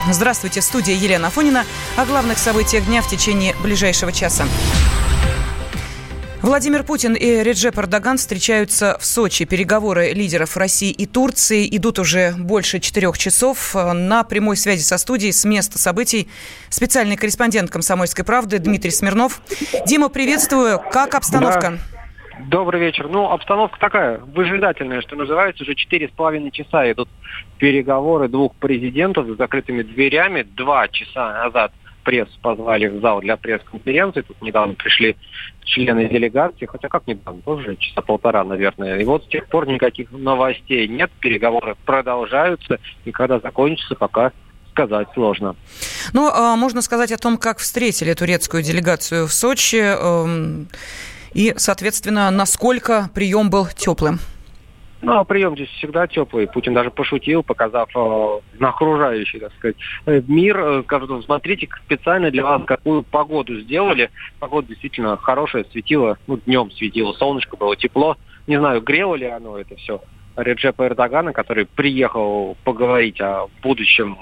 Здравствуйте, в студии Елена Афонина. О главных событиях дня в течение ближайшего часа. Владимир Путин и Реджеп Эрдоган встречаются в Сочи. Переговоры лидеров России и Турции идут уже больше 4 часов. На прямой связи со студией с места событий специальный корреспондент «Комсомольской правды» Дмитрий Смирнов. Дима, приветствую. Как обстановка? Да. Добрый вечер. Обстановка такая, выжидательная, что называется. Уже 4,5 часа идут переговоры двух президентов с закрытыми дверями. 2 часа назад прессу позвали в зал для пресс-конференции. Тут недавно пришли члены делегации, хотя как недавно, тоже часа полтора, наверное. И вот с тех пор никаких новостей нет, переговоры продолжаются, и когда закончатся, пока сказать сложно. Можно сказать о том, как встретили турецкую делегацию в Сочи, и, соответственно, насколько прием был теплым. Прием здесь всегда теплый. Путин даже пошутил, показав на окружающий, так сказать, мир. Кажется, смотрите, специально для вас какую погоду сделали. Погода действительно хорошая, светило, днем светило, солнышко было, тепло. Не знаю, грело ли оно это все Реджепа Эрдогана, который приехал поговорить о будущем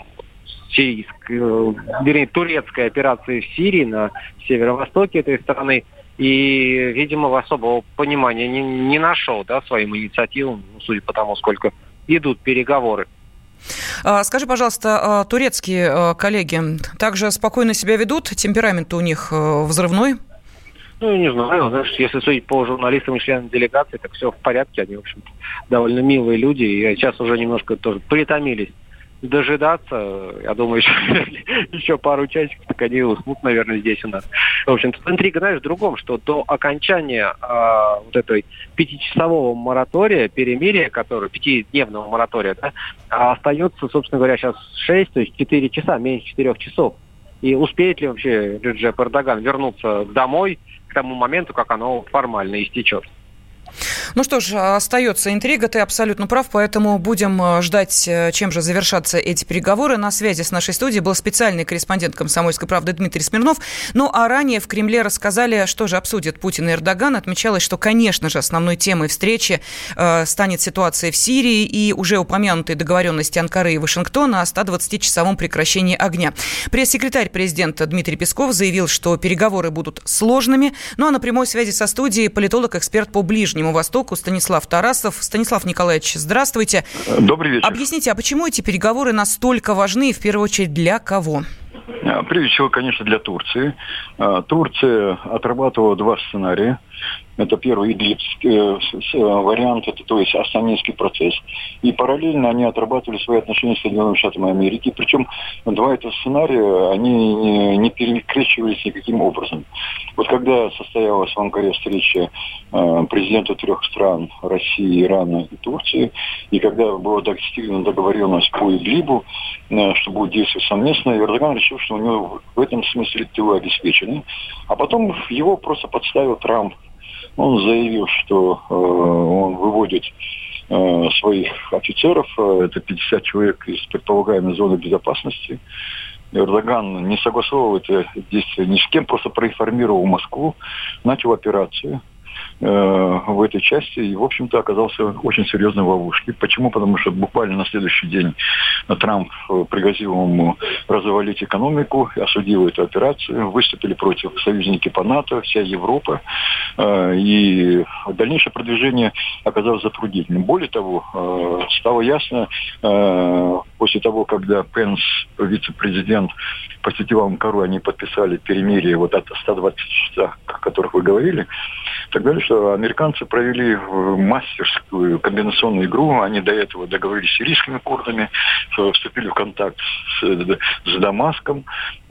турецкой операции в Сирии, на северо-востоке этой страны. И, видимо, особого понимания не нашел, своим инициативам, судя по тому, сколько идут переговоры. Скажи, пожалуйста, турецкие коллеги также спокойно себя ведут? Темперамент у них взрывной? Не знаю. Если судить по журналистам и членам делегации, так все в порядке. Они, в общем-то, довольно милые люди. И сейчас уже немножко тоже притомились дожидаться. Я думаю, еще пару часиков, так они уснут, наверное, здесь у нас. В общем, тут интрига, в другом, что до окончания этой 5-часового моратория, перемирия, 5-дневного моратория, остается, собственно говоря, сейчас 6, то есть 4 часа, меньше 4 часов. И успеет ли вообще Реджеп Эрдоган вернуться домой к тому моменту, как оно формально истечет? Что ж, остается интрига, ты абсолютно прав, поэтому будем ждать, чем же завершатся эти переговоры. На связи с нашей студией был специальный корреспондент «Комсомольской правды» Дмитрий Смирнов. А ранее в Кремле рассказали, что же обсудят Путин и Эрдоган. Отмечалось, что, конечно же, основной темой встречи станет ситуация в Сирии и уже упомянутые договоренности Анкары и Вашингтона о 120-часовом прекращении огня. Пресс-секретарь президента Дмитрий Песков заявил, что переговоры будут сложными. А на прямой связи со студией политолог-эксперт по Ближнему Востоку Станислав Тарасов. Станислав Николаевич, здравствуйте. Добрый вечер. Объясните, почему эти переговоры настолько важны и, в первую очередь, для кого? Прежде всего, конечно, для Турции. Турция отрабатывала 2 сценария. Это первый вариант, то есть Астанинский процесс. И параллельно они отрабатывали свои отношения с Соединенными Штатами Америки. Причем 2 этих сценария, они не перекрещивались никаким образом. Вот когда состоялась в Анкаре встреча президентов 3 стран, России, Ирана и Турции, и когда была достигнута договоренность по Идлибу, что будет действовать совместно, Эрдоган решил, что у него в этом смысле тылы обеспечены. А потом его просто подставил Трамп. Он заявил, что он выводит своих офицеров, это 50 человек из предполагаемой зоны безопасности. Эрдоган не согласовывал это действие ни с кем, просто проинформировал Москву, начал операцию в этой части и, в общем-то, оказался в очень серьезной ловушке. Почему? Потому что буквально на следующий день Трамп пригрозил ему развалить экономику, осудил эту операцию, выступили против союзники по НАТО, вся Европа, и дальнейшее продвижение оказалось затруднительным. Более того, стало ясно, после того, когда Пенс, вице-президент, посетил Анкару, они подписали перемирие от 120 часов, о которых вы говорили, так далее, что американцы провели мастерскую комбинационную игру. Они до этого договорились с сирийскими курдами, вступили в контакт с Дамаском,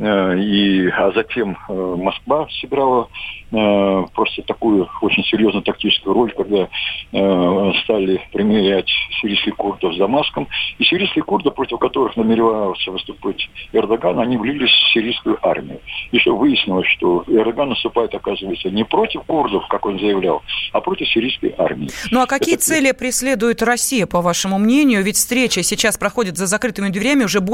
а затем Москва сыграла просто такую очень серьезную тактическую роль, когда стали примирять сирийских курдов с Дамаском. И сирийские курды, против которых намеревался выступать Эрдоган, они влились в сирийскую армию. И что выяснилось, что Эрдоган наступает, оказывается, не против курдов, как он заявлял, а против сирийской армии. А какие цели преследует Россия, по вашему мнению? Ведь встреча сейчас проходит за закрытыми дверями уже больше 4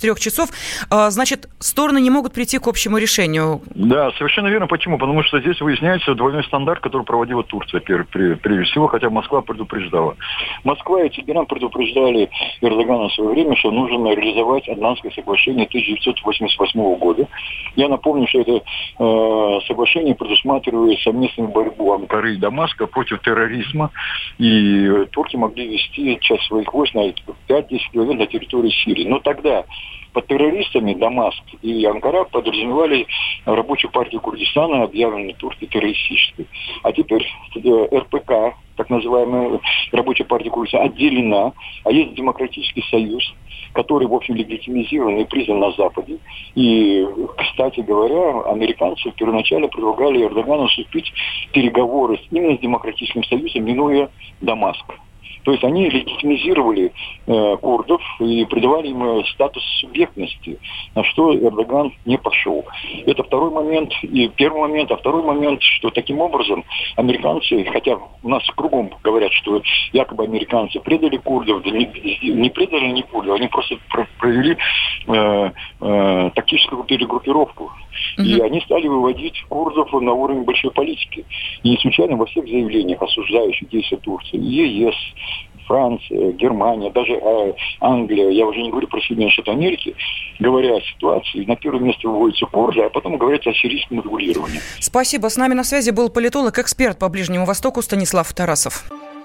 3 часов. Значит, стороны не могут прийти к общему решению. Да, совершенно верно. Почему? Потому что здесь выясняется двойной стандарт, который проводила Турция, прежде всего, хотя Москва предупреждала. Москва и Тегеран предупреждали Эрдогана в свое время, что нужно реализовать Аднанское соглашение 1988 года. Я напомню, что это соглашение предусматривает совместную борьбу Анкары и Дамаска против терроризма, и турки могли вести часть своих войск на 5-10 километров на территории Сирии. Но тогда под террористами Дамаск и Анкара подразумевали рабочую партию Курдистана, объявленную турки террористической. А теперь РПК, так называемая рабочая партия Курдистана, отделена, а есть Демократический союз, который, в общем, легитимизирован и признан на Западе. И, кстати говоря, американцы первоначально предлагали Эрдогану вступить в переговоры именно с Демократическим союзом, минуя Дамаск. То есть они легитимизировали курдов и придавали им статус субъектности, на что Эрдоган не пошел. Это второй момент. И первый момент. А второй момент, что таким образом американцы, хотя у нас кругом говорят, что якобы американцы предали курдов, да не предали ни курдов, они просто провели тактическую перегруппировку. И они стали выводить курдов на уровень большой политики. И не случайно во всех заявлениях, осуждающих действия Турции, ЕС, Франция, Германия, даже Англия, я уже не говорю про Соединенные Штаты Америки, говоря о ситуации, на первое место выводятся курды, а потом говорят о сирийском регулировании. Спасибо. С нами на связи был политолог, эксперт по Ближнему Востоку Станислав Тарасов.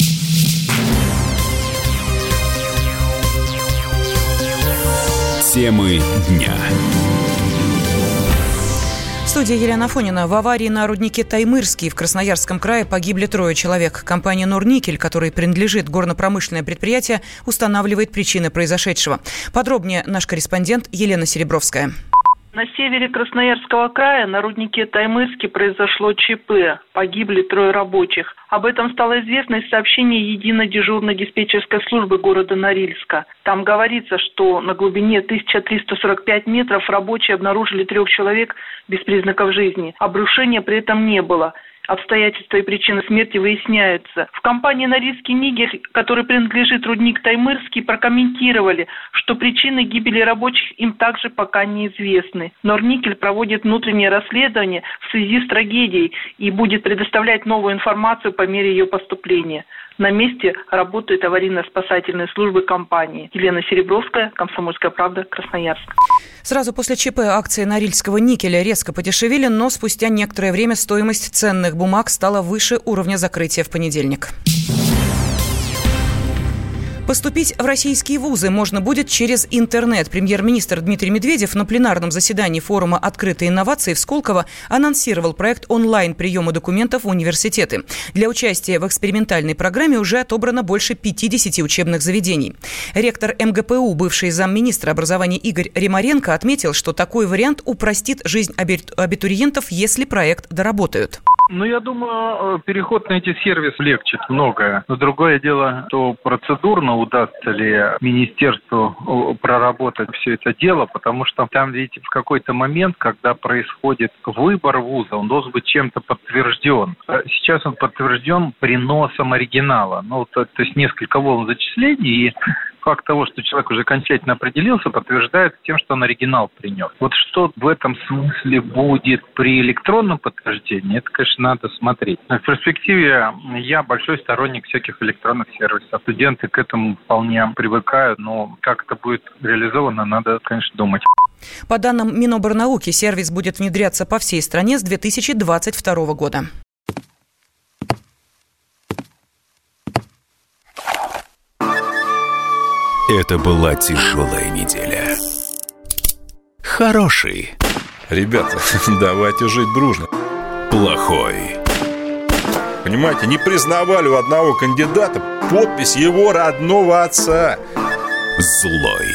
Темы дня. Студия Елена Афонина. В аварии на руднике Таймырский в Красноярском крае погибли 3 человек. Компания «Норникель», которой принадлежит горно-промышленное предприятие, устанавливает причины произошедшего. Подробнее наш корреспондент Елена Серебровская. На севере Красноярского края на руднике Таймырский произошло ЧП. Погибли 3 рабочих. Об этом стало известно из сообщения единой дежурной диспетчерской службы города Норильска. Там говорится, что на глубине 1345 метров рабочие обнаружили 3 человек без признаков жизни. Обрушения при этом не было. Обстоятельства и причины смерти выясняются. В компании «Норильский нигель», которой принадлежит рудник Таймырский, прокомментировали, что причины гибели рабочих им также пока неизвестны. Норникель проводит внутреннее расследование в связи с трагедией и будет предоставлять новую информацию по мере ее поступления. На месте работают аварийно-спасательные службы компании. Елена Серебровская, «Комсомольская правда», Красноярск. Сразу после ЧП акции Норильского никеля резко подешевели, но спустя некоторое время стоимость ценных бумаг стала выше уровня закрытия в понедельник. Поступить в российские вузы можно будет через интернет. Премьер-министр Дмитрий Медведев на пленарном заседании форума «Открытые инновации» в Сколково анонсировал проект онлайн-приема документов в университеты. Для участия в экспериментальной программе уже отобрано больше 50 учебных заведений. Ректор МГПУ, бывший замминистра образования Игорь Ремаренко, отметил, что такой вариант упростит жизнь абитуриентов, если проект доработают. Я думаю, переход на эти сервисы легчит многое. Но другое дело, что процедурно удастся ли министерству проработать все это дело, потому что там, видите, в какой-то момент, когда происходит выбор вуза, он должен быть чем-то подтвержден. Сейчас он подтвержден приносом оригинала. То есть несколько волн зачислений, и факт того, что человек уже окончательно определился, подтверждается тем, что он оригинал принес. Вот что в этом смысле будет при электронном подтверждении, это, конечно, надо смотреть. В перспективе я большой сторонник всяких электронных сервисов. Студенты к этому вполне привыкают, но как это будет реализовано, надо, конечно, думать. По данным Миноборнауки, сервис будет внедряться по всей стране с 2022 года. Это была тяжелая неделя. Хороший. Ребята, давайте жить дружно. Плохой. Понимаете, не признавали у одного кандидата подпись его родного отца. Злой.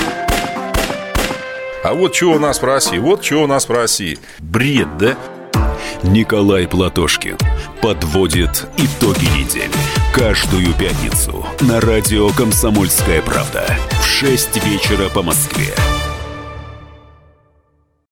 А вот что у нас в России, Бред, да? Николай Платошкин подводит итоги недели. Каждую пятницу на радио «Комсомольская правда» в 6 вечера по Москве.